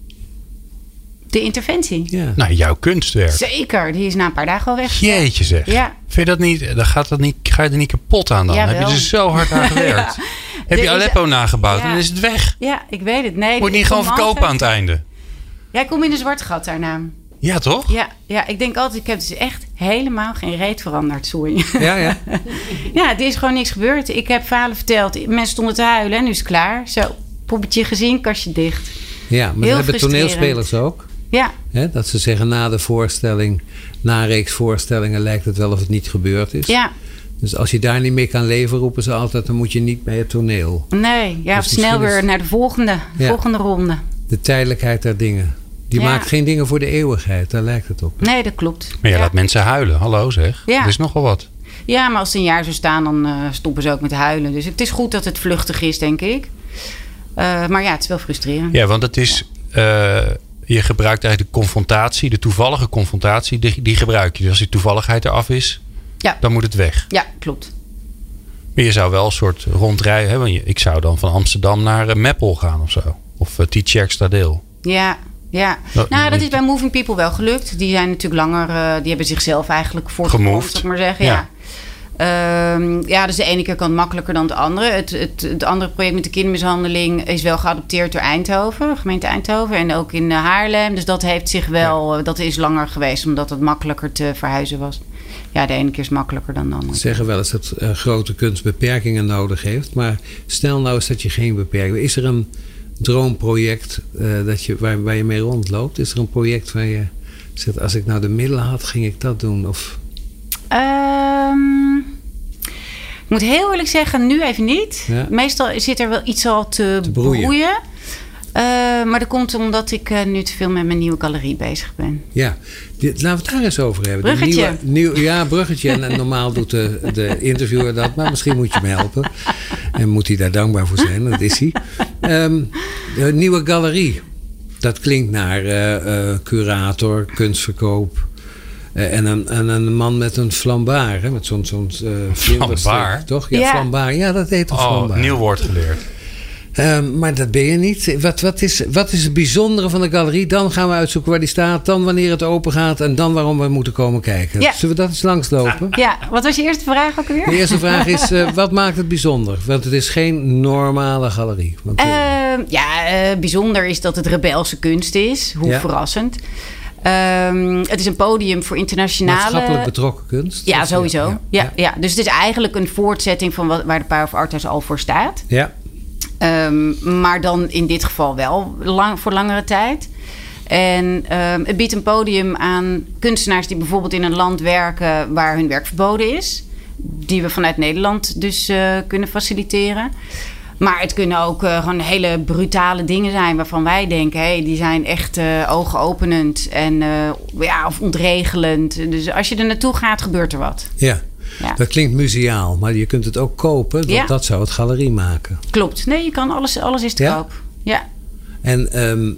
De interventie? Ja. Nou, jouw kunstwerk. Zeker, die is na een paar dagen al weg. Jeetje zeg. Ja. Vind je dat niet, ga je er niet kapot aan dan? Jawel. Heb je er zo hard aan gewerkt? Heb je Aleppo nagebouwd en dan is het weg? Ja, ik weet het. Nee, moet je niet gewoon verkopen aan het einde? Ja, ik kom in een zwart gat daarna. Ja, toch? Ja, ik denk altijd, ik heb dus echt helemaal geen reet veranderd, sorry. Ja. Ja, er is gewoon niks gebeurd. Ik heb verhalen verteld, mensen stonden te huilen en nu is het klaar. Zo, poppetje gezien, kastje dicht. Ja, maar dat hebben toneelspelers ook. Ja. Hè, dat ze zeggen na de voorstelling, na een reeks voorstellingen lijkt het wel of het niet gebeurd is. Ja. Dus als je daar niet mee kan leven, roepen ze altijd, dan moet je niet bij het toneel. Nee, ja, dus of snel weer naar de volgende ronde. De tijdelijkheid der dingen. Die maakt geen dingen voor de eeuwigheid, daar lijkt het op. Nee, dat klopt. Maar je laat mensen huilen, hallo zeg. Ja. Dat is nogal wat. Ja, maar als ze een jaar zo staan, dan stoppen ze ook met huilen. Dus het is goed dat het vluchtig is, denk ik. Maar ja, het is wel frustrerend. Ja, want het is... je gebruikt eigenlijk de confrontatie, de toevallige confrontatie, die gebruik je. Dus als die toevalligheid eraf is, dan moet het weg. Ja, klopt. Maar je zou wel een soort rondrijden hebben. Ik zou dan van Amsterdam naar Meppel gaan of zo. Of Tjerkstadeel. Ja. Nou, dat is bij Moving People wel gelukt. Die zijn natuurlijk langer, die hebben zichzelf eigenlijk voortgekomen, zal ik maar zeggen. Ja. Dus de ene keer kan het makkelijker dan het andere. Het andere project met de kindermishandeling is wel geadopteerd door Eindhoven, gemeente Eindhoven. En ook in Haarlem. Dus dat heeft zich wel, dat is langer geweest, omdat het makkelijker te verhuizen was. Ja, de ene keer is makkelijker dan de andere. Ze zeggen wel eens dat grote kunst beperkingen nodig heeft. Maar stel nou eens dat je geen beperkingen... Is er een droomproject waar je mee rondloopt? Is er een project waar je zegt, als ik nou de middelen had, ging ik dat doen? Of... Ik moet heel eerlijk zeggen, nu even niet. Ja. Meestal zit er wel iets al te broeien. Maar dat komt omdat ik nu te veel met mijn nieuwe galerie bezig ben. Ja, laten we het daar eens over hebben. Bruggetje. Bruggetje. En normaal doet de interviewer dat. Maar misschien moet je me helpen. En moet hij daar dankbaar voor zijn. Dat is hij. De nieuwe galerie. Dat klinkt naar curator, kunstverkoop. En een man met een flambard. Hè? Met zo'n flambard? Toch? Ja, flambard. Ja, dat heet een flambard. Nieuw woord geleerd. Maar dat ben je niet. Wat is het bijzondere van de galerie? Dan gaan we uitzoeken waar die staat. Dan wanneer het open gaat. En dan waarom we moeten komen kijken. Ja. Zullen we dat eens langslopen? Ja, wat was je eerste vraag ook weer? De eerste vraag is, wat maakt het bijzonder? Want het is geen normale galerie. Want, bijzonder is dat het rebelse kunst is. Hoe verrassend. Het is een podium voor internationale... Maatschappelijk betrokken kunst. Ja, sowieso. Ja. Dus het is eigenlijk een voortzetting van waar de Power of Art House al voor staat. Ja. Maar dan in dit geval wel voor langere tijd. En het biedt een podium aan kunstenaars die bijvoorbeeld in een land werken waar hun werk verboden is. Die we vanuit Nederland dus kunnen faciliteren. Maar het kunnen ook gewoon hele brutale dingen zijn waarvan wij denken, die zijn echt oogopenend en of ontregelend. Dus als je er naartoe gaat, gebeurt er wat. Ja. Ja. Dat klinkt museaal, maar je kunt het ook kopen. Dat zou het galerie maken. Klopt. Nee, je kan alles is te koop. Ja. En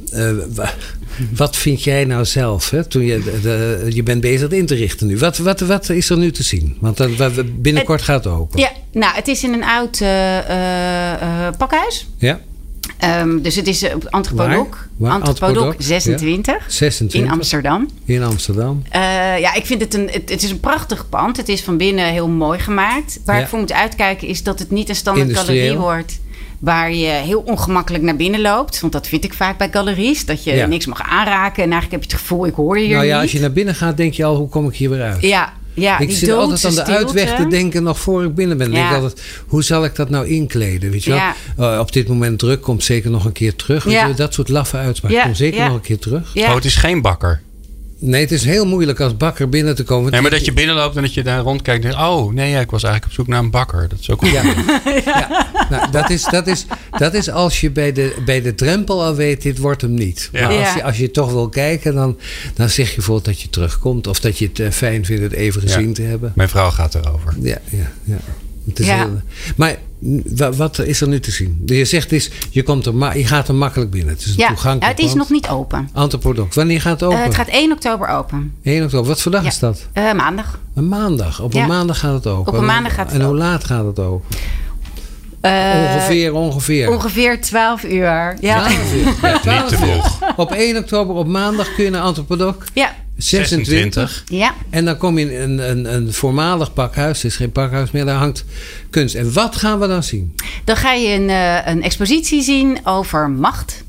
wat vind jij nou zelf? Hè? Toen je bent bezig het in te richten nu. Wat is er nu te zien? Want binnenkort gaat het open. Ja, nou, het is in een oud pakhuis. Ja. Dus het is op Antropodok 26, ja. 26 in Amsterdam. In Amsterdam. Ik vind het is een prachtig pand. Het is van binnen heel mooi gemaakt. Waar ik voor moet uitkijken is dat het niet een standaard galerie wordt. Waar je heel ongemakkelijk naar binnen loopt. Want dat vind ik vaak bij galeries. Dat je niks mag aanraken. En eigenlijk heb je het gevoel, ik hoor je hier niet. Als je naar binnen gaat, denk je al, hoe kom ik hier weer uit? Ja, ik zit altijd aan de uitweg te denken nog voor ik binnen ben. Denk altijd, hoe zal ik dat nou inkleden? Weet je wel? Op dit moment druk, komt zeker nog een keer terug. Dat soort laffe uitspraken. Komt zeker nog een keer terug. Oh, het is geen bakker. Nee, het is heel moeilijk als bakker binnen te komen. Nee, maar dat je binnenloopt en dat je daar rondkijkt en denkt, ik was eigenlijk op zoek naar een bakker. Dat is ook goed. Nou, dat is als je bij de drempel al weet, dit wordt hem niet. Ja. Maar als je toch wil kijken, dan zeg je bijvoorbeeld dat je terugkomt. Of dat je het fijn vindt het even gezien te hebben. Mijn vrouw gaat erover. Ja. Het is heel, maar wat is er nu te zien? Je zegt je gaat er makkelijk binnen. Het is een toegankelijk het is nog niet open. Antropodok. Wanneer gaat het open? Het gaat 1 oktober open. 1 oktober. Wat voor dag is dat? Maandag. Een maandag. Op een maandag gaat het open. Op een maandag gaat het open. En hoe laat gaat het open? Ongeveer. Ongeveer 12 uur. Ja. 12 uur. Niet te vroeg. Op 1 oktober op maandag kun je naar Antropodok. Ja. 26. Ja. En dan kom je in een voormalig pakhuis. Het is geen pakhuis meer. Daar hangt kunst. En wat gaan we dan zien? Dan ga je een expositie zien over macht.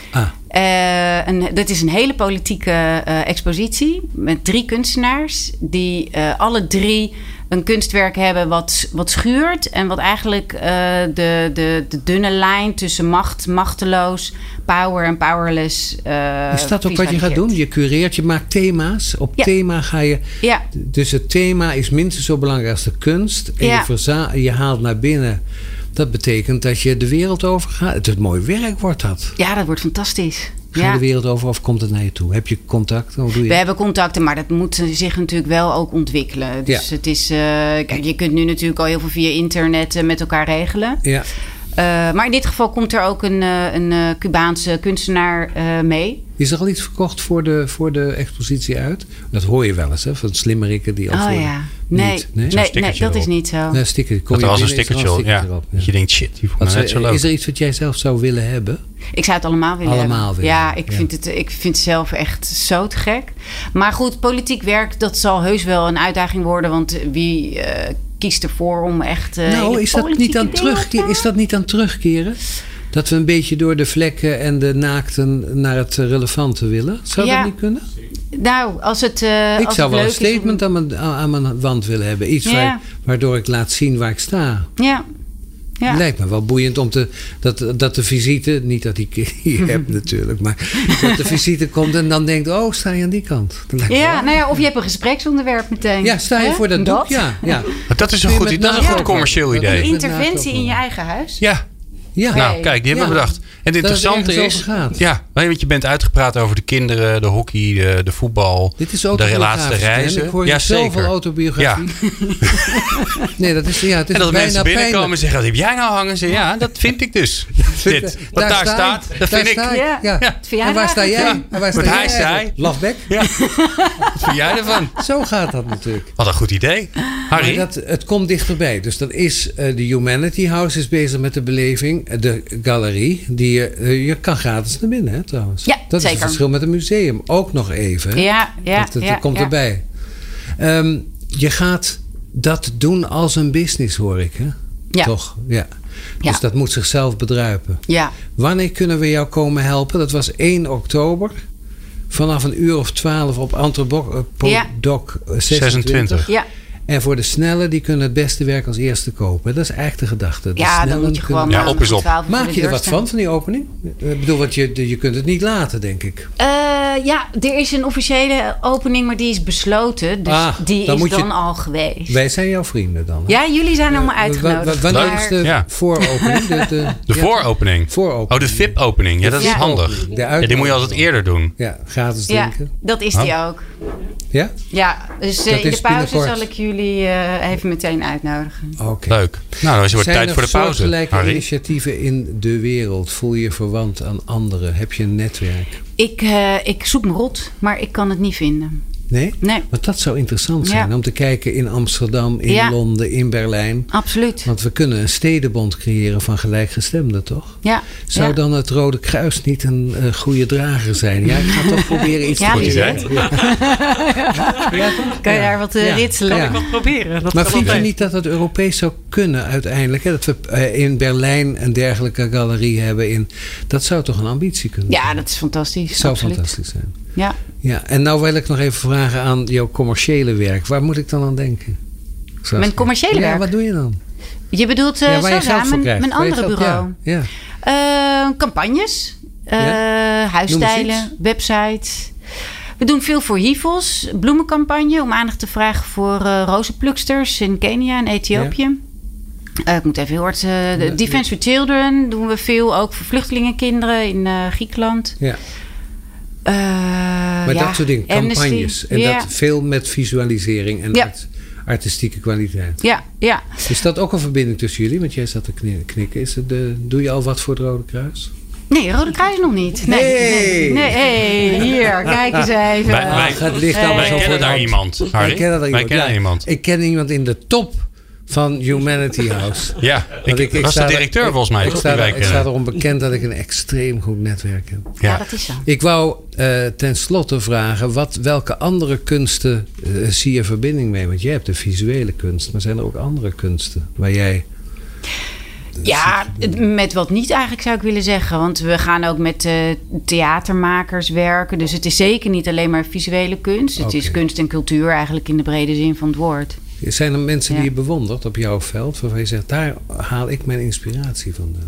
Dat is een hele politieke expositie. Met 3 kunstenaars. Die alle 3 een kunstwerk hebben wat schuurt. En wat eigenlijk de dunne lijn tussen machteloos, power en powerless. Is dat ook wat je gaat doen? Je cureert, je maakt thema's. Op thema ga je... Ja. Dus het thema is minstens zo belangrijk als de kunst. En je haalt naar binnen. Dat betekent dat je de wereld over gaat. Het is een mooi werk wordt dat. Ja, dat wordt fantastisch. Ga je de wereld over of komt het naar je toe? Heb je contacten? Hoe doe je? We hebben contacten, maar dat moet zich natuurlijk wel ook ontwikkelen. Dus het is... kijk, je kunt nu natuurlijk al heel veel via internet met elkaar regelen. Ja. Maar in dit geval komt er ook een Cubaanse kunstenaar mee. Is er al iets verkocht voor de expositie uit? Dat hoor je wel eens, hè? Van slimmerikken die al Nee, dat is niet zo. Nee, sticker. Dat was een stickertje erop. Dat je denkt, shit, die vond ik net zo leuk. Is er iets wat jij zelf zou willen hebben? Ik zou het allemaal willen hebben. Ja, ik vind het zelf echt zo te gek. Maar goed, politiek werk, dat zal heus wel een uitdaging worden. Want wie kiest ervoor om echt... is dat niet aan terugkeren? Dat we een beetje door de vlekken en de naakten naar het relevante willen? Zou dat niet kunnen? Nou, als het ik zou wel een statement aan mijn wand willen hebben. Iets waardoor ik laat zien waar ik sta. Ja. Het lijkt me wel boeiend om dat de visite... Niet dat ik hier heb natuurlijk... maar dat de visite komt en dan denkt... sta je aan die kant. Of je hebt een gespreksonderwerp meteen. Ja, sta je voor dat doek? Ja. Dat is een goed commercieel idee. Een interventie in je eigen huis. Ja. Nou, kijk, die hebben we bedacht. het interessante is... Ja, want je bent uitgepraat over de kinderen, de hockey, de voetbal. Dit is de laatste reizen. Ik hoor zoveel autobiografie. Ja. Nee, dat is, het is en dat bijna mensen binnenkomen en zeggen, wat heb jij nou hangen? Ze, ja, dat vind ik dus. Wat daar staat, dat vind ik. En waar sta jij? Ja. Wat hij zei. Lafbek? Ja. Wat vind jij ervan? Zo gaat dat natuurlijk. Wat een goed idee. Harry? Het komt dichterbij. Dus dat is de Humanity House is bezig met de beleving. De galerie. Je kan gratis naar binnen, hè, trouwens. Ja, dat zeker. is het verschil met een museum. Ook nog even. Dat komt erbij. Je gaat dat doen als een business, hoor ik. Hè? Ja. Toch? Ja. Dus dat moet zichzelf bedruipen. Ja. Wanneer kunnen we jou komen helpen? Dat was 1 oktober. Vanaf 12:00 op Anthropodoc 26. Ja. En voor de snelle, die kunnen het beste werk als eerste kopen. Dat is eigenlijk de gedachte. Dan moet je gewoon op is op. Maak je er wat van die opening? Ik bedoel, want je kunt het niet laten, denk ik. Er is een officiële opening, maar die is besloten. Dus die is dan al geweest. Wij zijn jouw vrienden dan. Hè? Ja, jullie zijn allemaal uitgenodigd. Wanneer is de vooropening? De vooropening? Oh, de VIP-opening. Ja, dat is handig. Die moet je altijd eerder doen. Ja, gratis drinken. Dat is die ook. Ja? Ja, dus in de pauze zal ik jullie even meteen uitnodigen. Okay. Leuk. Nou, dan wordt tijd voor de pauze. Zijn er soortgelijke initiatieven in de wereld? Voel je je verwant aan anderen? Heb je een netwerk? Ik zoek me rot, maar ik kan het niet vinden. Nee? Want dat zou interessant zijn. Om te kijken in Amsterdam, in Londen, in Berlijn. Absoluut. Want we kunnen een stedenbond creëren van gelijkgestemden, toch? Ja. Zou dan het Rode Kruis niet een goede drager zijn? Ja, ik ga toch proberen iets te doen. Kan je daar wat ritselen? Kan ik wat proberen? Maar vind je niet dat het Europees zou kunnen uiteindelijk? Hè? Dat we in Berlijn een dergelijke galerie hebben. Dat zou toch een ambitie kunnen zijn? Ja, dat is fantastisch. Dat zou absoluut. fantastisch zijn. Ja. En nou wil ik nog even vragen aan jouw commerciële werk. Waar moet ik dan aan denken? Mijn commerciële werk? Ja, wat doe je dan? Je bedoelt waar je geld voor krijgt. Mijn andere bureau. Campagnes, huisstijlen, websites. We doen veel voor HIVOS, bloemencampagne om aandacht te vragen voor rozenpluksters in Kenia en Ethiopië. Ik moet even heel hard... Defense for Children doen we veel, ook voor vluchtelingenkinderen in Griekenland. Ja. Maar dat soort dingen, campagnes. En dat veel met visualisering en artistieke kwaliteit. Ja. Is dat ook een verbinding tussen jullie? Want jij zat te knikken. Doe je al wat voor het Rode Kruis? Nee, Rode Kruis nog niet. Nee, hier, kijk eens even. Wij kennen daar iemand, Harry. Wij kennen iemand. Ik ken iemand in de top van Humanity House. Ja, ik was de directeur volgens mij. Ik sta erom bekend dat ik een extreem goed netwerk heb. Ja, dat is zo. Ik wou ten slotte vragen, welke andere kunsten zie je verbinding mee? Want jij hebt de visuele kunst, maar zijn er ook andere kunsten waar jij... Ja, met wat niet eigenlijk zou ik willen zeggen. Want we gaan ook met theatermakers werken. Dus het is zeker niet alleen maar visuele kunst. Het is kunst en cultuur eigenlijk in de brede zin van het woord. Zijn er mensen die je bewondert op jouw veld? Waarvan je zegt, daar haal ik mijn inspiratie vandaan?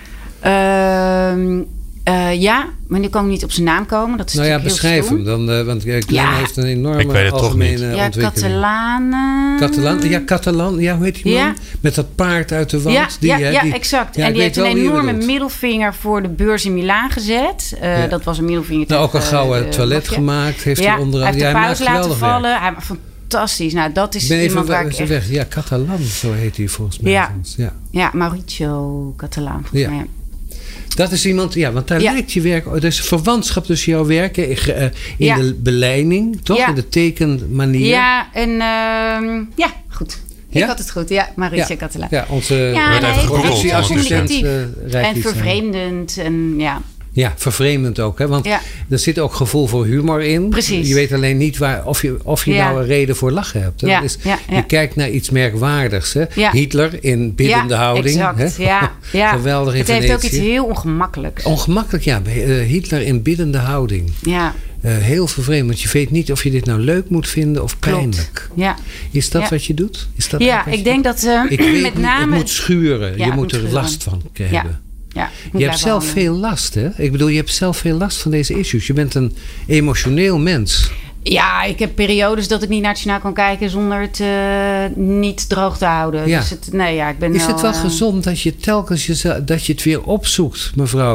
Ja, maar nu kan ik niet op zijn naam komen. Dat is beschrijf hem dan. Want Glenn heeft een enorme algemene ontwikkeling. Catalan. Ja, hoe heet die man? Met dat paard uit de wand. Exact. En die heeft een enorme middelvinger voor de beurs in Milaan gezet. Dat was een middelvinger. Ook een gouden toilet gemaakt. Heeft hij onderaan. Hij heeft de paus laten vallen. Fantastisch. Nou, dat is iemand waar ik echt... Ja, Catalan, zo heet hij volgens mij. Ja, Mauricio Catalan. Volgens mij. Dat is iemand, want daar lijkt je werk... Er is verwantschap tussen jouw werk in de beleiding, toch? Ja. In de tekenmanier. Ja, en goed. Ik had het goed. Ja, Mauricio Catalan. Ja, onze productieassistent. En vervreemdend. En Ja, vervreemdend ook. Hè? Want er zit ook gevoel voor humor in. Precies. Je weet alleen niet of je nou een reden voor lachen hebt. Hè? Ja, je kijkt naar iets merkwaardigs. Hè? Ja. Hitler in biddende houding. Exact. Hè? Ja. Geweldig in het Venetië. heeft ook iets heel ongemakkelijks. Ongemakkelijk, ja. Hitler in biddende houding. Ja. Heel vervreemd. Want je weet niet of je dit nou leuk moet vinden of pijnlijk. Ja. Is dat wat je doet? Is dat ik denk dat met name... Het moet schuren. Je moet er last van hebben. Ja, je hebt zelf veel last, hè? Ik bedoel, je hebt zelf veel last van deze issues. Je bent een emotioneel mens. Ja, ik heb periodes dat ik niet naar het journaal kan kijken zonder het niet droog te houden. Ja. Dus ik ben Is het wel gezond dat je telkens dat je het weer opzoekt, mevrouw?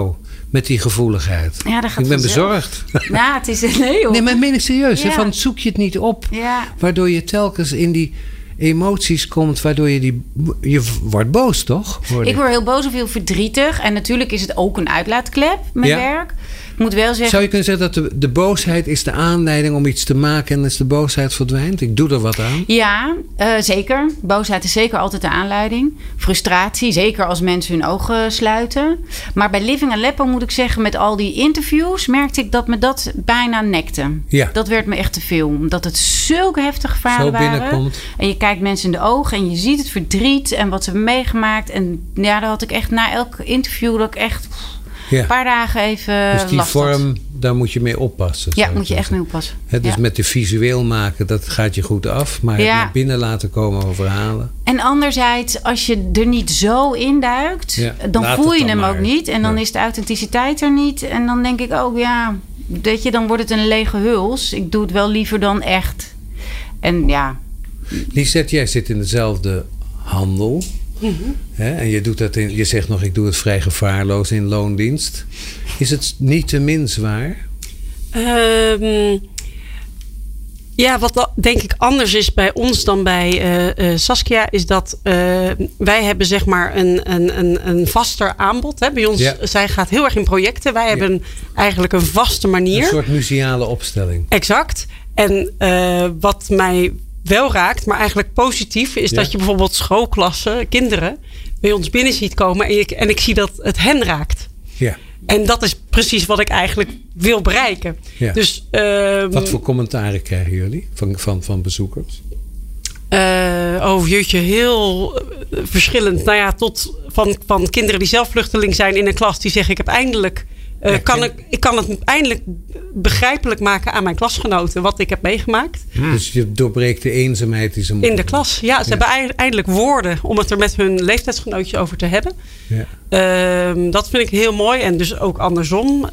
met die gevoeligheid? Ja, dat gaat ik ben vanzelf. bezorgd. Nou, het is... Nee, joh. Nee, maar meen ik serieus. Ja. Hè, van zoek je het niet op. Ja. Waardoor je telkens in die emoties komt. Waardoor je wordt boos, toch? Ik word heel boos of heel verdrietig. En natuurlijk is het ook een uitlaatklep, mijn werk. Ik moet wel zeggen... Zou je kunnen zeggen dat de boosheid is de aanleiding om iets te maken en als de boosheid verdwijnt? Ik doe er wat aan. Ja, zeker. Boosheid is zeker altijd de aanleiding. Frustratie, zeker als mensen hun ogen sluiten. Maar bij Living Aleppo moet ik zeggen, met al die interviews merkte ik dat me dat bijna nekte. Ja. Dat werd me echt te veel. Omdat het zulke heftige verhalen waren. En je kijkt mensen in de ogen en je ziet het verdriet en wat ze hebben meegemaakt. En ja, daar had ik echt na elk interview dat ik echt... Ja. Een paar dagen even dus die vorm, daar moet je mee oppassen. Ja, moet je echt mee oppassen. Dus met de visueel maken, dat gaat je goed af. Maar het naar binnen laten komen over verhalen. En anderzijds, als je er niet zo induikt, dan voel je hem ook niet. En dan is de authenticiteit er niet. En dan denk ik ook, weet je, dan wordt het een lege huls. Ik doe het wel liever dan echt. En ja. Lisette, jij zit in dezelfde handel. Mm-hmm. En je doet dat je zegt nog, ik doe het vrij gevaarloos in loondienst. Is het niet te min zwaar? Wat denk ik anders is bij ons dan bij Saskia, is dat wij hebben zeg maar een vaster aanbod. Hè? Bij ons, zij gaat heel erg in projecten. Wij hebben eigenlijk een vaste manier. Een soort museale opstelling. Exact. En wat mij wel raakt, maar eigenlijk positief, is dat je bijvoorbeeld schoolklassen, kinderen, bij ons binnen ziet komen en ik zie dat het hen raakt. Ja. En dat is precies wat ik eigenlijk wil bereiken. Ja. Dus, wat voor commentaren krijgen jullie van bezoekers? Jeetje, heel verschillend. Nou ja, tot van kinderen die zelf vluchteling zijn in een klas, die zeggen, ik heb eindelijk... Ik kan het eindelijk begrijpelijk maken aan mijn klasgenoten wat ik heb meegemaakt. Dus je doorbreekt de eenzaamheid die ze moeten. In de klas, ja. Ze hebben eindelijk woorden om het er met hun leeftijdsgenootje over te hebben. Ja. Dat vind ik heel mooi. En dus ook andersom.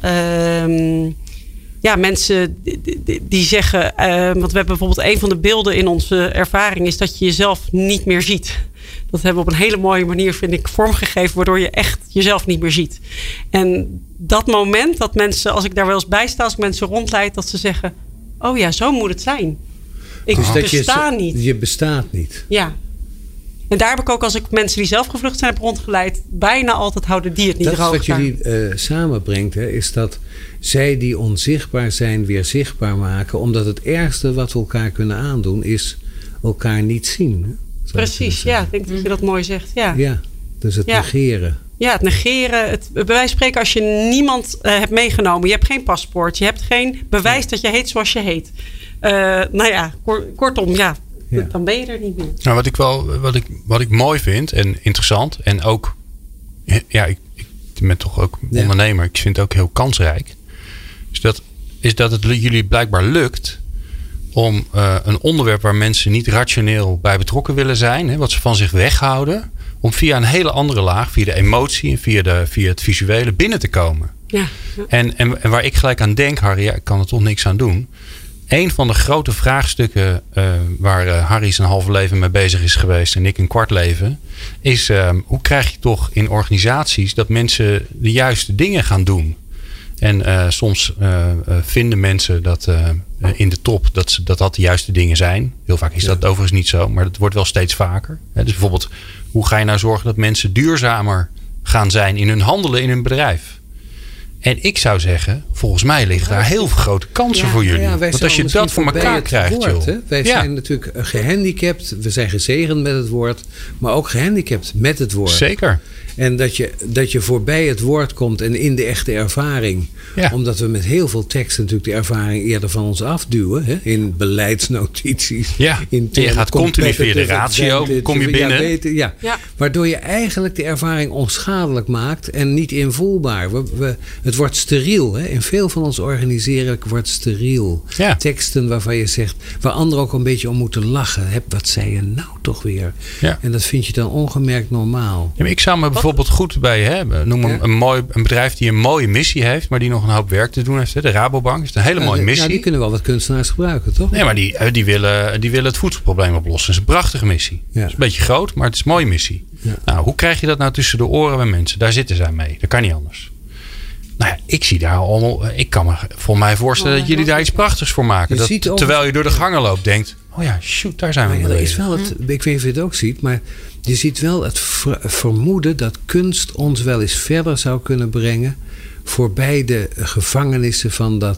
Mensen die zeggen... want we hebben bijvoorbeeld een van de beelden in onze ervaring... is dat je jezelf niet meer ziet. Dat hebben we op een hele mooie manier, vind ik, vormgegeven... waardoor je echt jezelf niet meer ziet. En dat moment dat mensen, als ik daar wel eens bij sta... als ik mensen rondleid, dat ze zeggen... oh ja, zo moet het zijn. Ik besta niet. Je bestaat niet. Ja. En daar heb ik ook, als ik mensen die zelf gevlucht zijn heb rondgeleid... bijna altijd houden die het niet droog. Dat is wat jullie samenbrengt, hè, is dat zij die onzichtbaar zijn weer zichtbaar maken. Omdat het ergste wat we elkaar kunnen aandoen is elkaar niet zien. Hè? Precies, ja. Ik denk dat je dat mooi zegt. Ja, dus het negeren. Ja, het negeren. Bij wijze van spreken, als je niemand hebt meegenomen. Je hebt geen paspoort. Je hebt geen bewijs dat je heet zoals je heet. Kortom, dan ben je er niet meer. Nou, wat ik mooi vind en interessant. En ook, ik ben toch ook ondernemer. Ik vind het ook heel kansrijk. Is dat het jullie blijkbaar lukt... om een onderwerp waar mensen niet rationeel bij betrokken willen zijn... Hè, wat ze van zich weghouden... om via een hele andere laag, via de emotie... en via het visuele binnen te komen. Ja. En waar ik gelijk aan denk, Harry... ik kan er toch niks aan doen... een van de grote vraagstukken... waar Harry zijn halve leven mee bezig is geweest... en ik een kwart leven... is hoe krijg je toch in organisaties... dat mensen de juiste dingen gaan doen... En soms vinden mensen dat in de top dat de juiste dingen zijn. Heel vaak is dat overigens niet zo, maar het wordt wel steeds vaker. Dus bijvoorbeeld, hoe ga je nou zorgen dat mensen duurzamer gaan zijn in hun handelen in hun bedrijf? En ik zou zeggen, volgens mij liggen daar heel veel grote kansen voor jullie. Ja, want als je dat voor elkaar krijgt, joh. Wij zijn natuurlijk gehandicapt. We zijn gezegend met het woord, maar ook gehandicapt met het woord. Zeker. En dat je voorbij het woord komt en in de echte ervaring. Ja. Omdat we met heel veel teksten natuurlijk de ervaring eerder van ons afduwen. Hè? In beleidsnotities. Ja. En je gaat continu via de ratio, kom je binnen. Waardoor je eigenlijk de ervaring onschadelijk maakt en niet invoelbaar. Het wordt steriel. Hè? In veel van ons organiseren wordt steriel. Ja. Teksten waarvan je zegt, waar anderen ook een beetje om moeten lachen. Wat zei je nou toch weer? Ja. En dat vind je dan ongemerkt normaal. Ja, maar ik zou me bijvoorbeeld goed bij hebben. Noem een bedrijf die een mooie missie heeft, maar die nog een hoop werk te doen heeft. Hè? De Rabobank is een hele mooie missie. Nou, die kunnen wel wat kunstenaars gebruiken, toch? Nee, maar die willen het voedselprobleem oplossen. Dat is een prachtige missie. Ja. Het is een beetje groot, maar het is een mooie missie. Ja. Nou, hoe krijg je dat nou tussen de oren bij mensen? Daar zitten zij mee. Dat kan niet anders. Nou ja, ik zie daar allemaal. Ik kan me voor mij voorstellen dat jullie daar iets prachtigs voor maken. Terwijl je door de gangen loopt, denkt: oh ja, shoot, daar zijn we mee bezig. Ik weet niet of je het ook ziet, maar je ziet wel het vermoeden dat kunst ons wel eens verder zou kunnen brengen voorbij de gevangenissen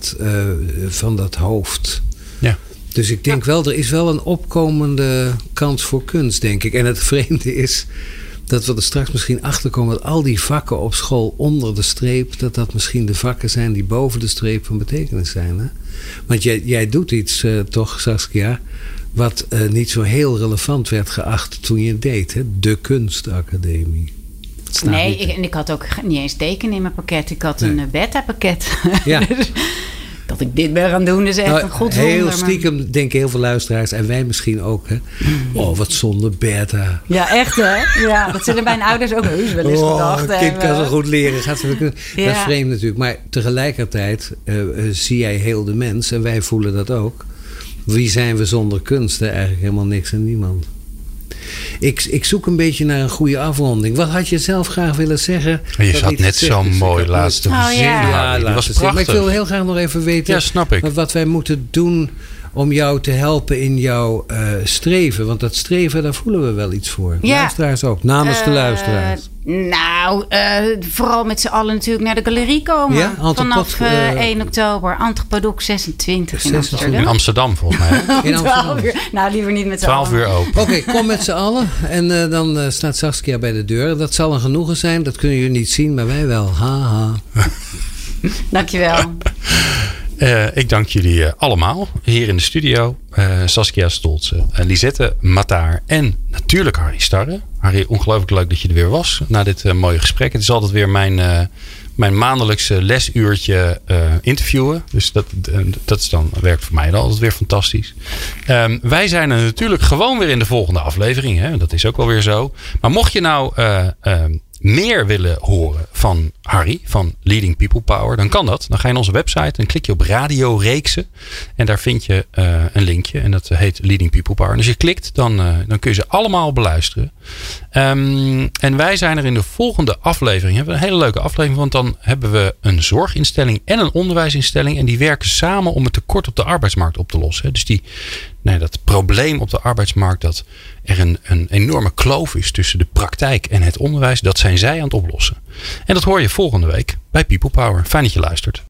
van dat hoofd. Ja. Dus ik denk wel, er is wel een opkomende kans voor kunst, denk ik. En het vreemde is dat we er straks misschien achter komen dat al die vakken op school onder de streep, dat misschien de vakken zijn die boven de streep van betekenis zijn. Hè? Want jij doet iets, toch, Saskia, wat niet zo heel relevant werd geacht toen je het deed. Hè? De Kunstacademie. Ik had ook niet eens tekenen in mijn pakket. Ik had een beta-pakket. Ja. Dat ik dit ben gaan doen is echt een godswonder. Heel stiekem denken heel veel luisteraars, en wij misschien ook. Hè? Oh, wat zonde beta. Ja, echt hè? Ja, dat zullen mijn ouders ook heus wel eens gedacht hebben. Een kind kan zo goed leren. Dat is vreemd natuurlijk. Maar tegelijkertijd zie jij heel de mens, en wij voelen dat ook. Wie zijn we zonder kunst? Eigenlijk helemaal niks en niemand. Ik zoek een beetje naar een goede afronding. Wat had je zelf graag willen zeggen? Je zat net zo mooi laatste zin. Ja, dat was prachtig. Maar ik wil heel graag nog even weten wat wij moeten doen om jou te helpen in jouw streven. Want dat streven, daar voelen we wel iets voor. Ja. Luisteraars ook. Namens de luisteraars. Vooral met z'n allen natuurlijk naar de galerie komen. Ja? Vanaf 1 oktober. Antropodoek 26 in Amsterdam. In Amsterdam volgens mij. In Amsterdam. Nou, liever niet met z'n allen. 12 uur open. Oké, kom met z'n allen. En dan staat Saskia bij de deur. Dat zal een genoegen zijn. Dat kunnen jullie niet zien, maar wij wel. Haha. Dankjewel. Ik dank jullie allemaal hier in de studio. Saskia Stoltze, Lisette Mataar en natuurlijk Harry Starre. Harry, ongelooflijk leuk dat je er weer was na dit mooie gesprek. Het is altijd weer mijn maandelijkse lesuurtje interviewen. Dus dat is dan, werkt voor mij dan altijd weer fantastisch. Wij zijn er natuurlijk gewoon weer in de volgende aflevering. Hè? Dat is ook wel weer zo. Maar mocht je nou meer willen horen van Harry, van Leading People Power, dan kan dat. Dan ga je naar onze website en klik je op radioreeksen. En daar vind je een linkje en dat heet Leading People Power. En als je klikt, dan kun je ze allemaal beluisteren. En wij zijn er in de volgende aflevering. Hebben we een hele leuke aflevering, want dan hebben we een zorginstelling en een onderwijsinstelling. En die werken samen om het tekort op de arbeidsmarkt op te lossen. Dus dat probleem op de arbeidsmarkt, dat er een enorme kloof is tussen de praktijk en het onderwijs, dat zijn zij aan het oplossen. En dat hoor je volgende week bij People Power. Fijn dat je luistert.